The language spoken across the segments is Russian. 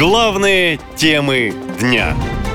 Главные темы дня.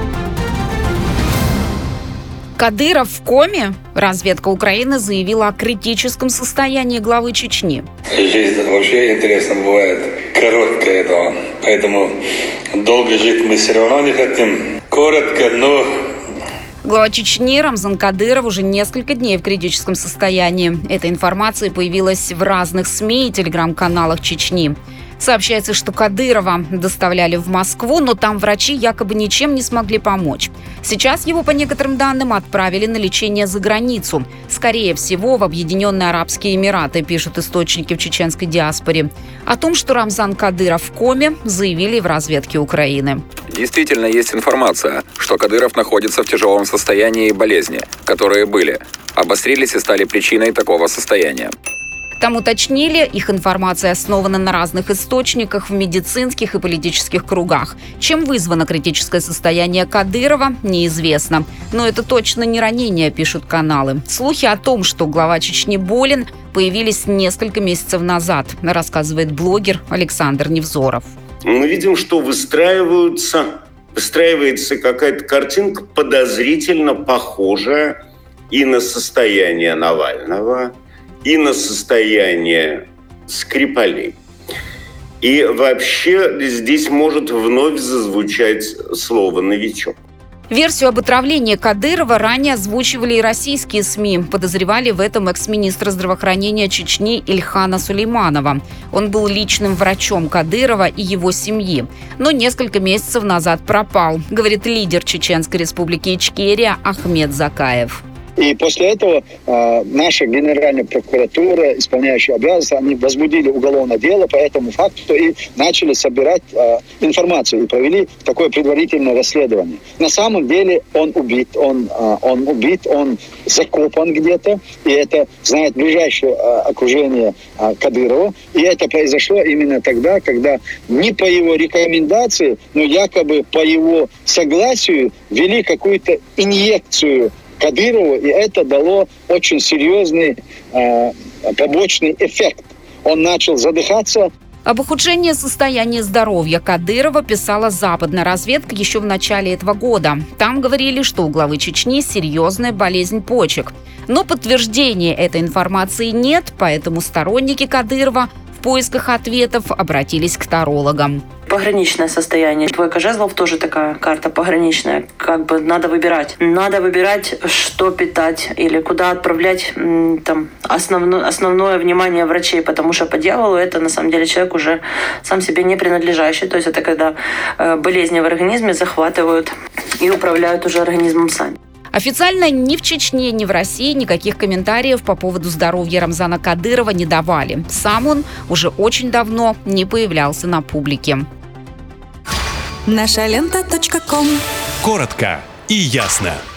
Кадыров в коме? Разведка Украины заявила о критическом состоянии главы Чечни. Жизнь вообще интересно бывает, короткая этого. Поэтому долго жить мы все равно не хотим. Коротко, но... Глава Чечни Рамзан Кадыров уже несколько дней в критическом состоянии. Эта информация появилась в разных СМИ и телеграм-каналах Чечни. Сообщается, что Кадырова доставляли в Москву, но там врачи якобы ничем не смогли помочь. Сейчас его, по некоторым данным, отправили на лечение за границу. Скорее всего, в Объединенные Арабские Эмираты, пишут источники в чеченской диаспоре. О том, что Рамзан Кадыров в коме, заявили в разведке Украины. Действительно есть информация, что Кадыров находится в тяжелом состоянии болезни, которые были, обострились и стали причиной такого состояния. Там уточнили, их информация основана на разных источниках в медицинских и политических кругах. Чем вызвано критическое состояние Кадырова, неизвестно. Но это точно не ранение, пишут каналы. Слухи о том, что глава Чечни болен, появились несколько месяцев назад, рассказывает блогер Александр Невзоров. Мы видим, что выстраивается какая-то картинка подозрительно похожая и на состояние Навального, и на состояние Скрипалей. И вообще здесь может вновь зазвучать слово «новичок». Версию об отравлении Кадырова ранее озвучивали и российские СМИ. Подозревали в этом экс-министра здравоохранения Чечни Ильхана Сулейманова. Он был личным врачом Кадырова и его семьи. Но несколько месяцев назад пропал, говорит лидер Чеченской республики Ичкерия Ахмед Закаев. И после этого наша Генеральная прокуратура, исполняющая обязанности, они возбудили уголовное дело по этому факту и начали собирать информацию и провели такое предварительное расследование. На самом деле он убит, он закопан где-то, и это знает ближайшее окружение Кадырова. И это произошло именно тогда, когда не по его рекомендации, но якобы по его согласию ввели какую-то инъекцию Кадырову, и это дало очень серьезный побочный эффект. Он начал задыхаться. Об ухудшении состояния здоровья Кадырова писала западная разведка еще в начале этого года. Там говорили, что у главы Чечни серьезная болезнь почек. Но подтверждения этой информации нет, поэтому сторонники Кадырова в поисках ответов обратились к тарологам. Пограничное состояние. Двойка жезлов тоже такая карта пограничная. Как бы надо выбирать. Надо выбирать, что питать или куда отправлять основное внимание врачей, потому что по дьяволу это на самом деле человек уже сам себе не принадлежащий. То есть это когда болезни в организме захватывают и управляют уже организмом сами. Официально ни в Чечне, ни в России никаких комментариев по поводу здоровья Рамзана Кадырова не давали. Сам он уже очень давно не появлялся на публике. Нашалента.ком. Коротко и ясно.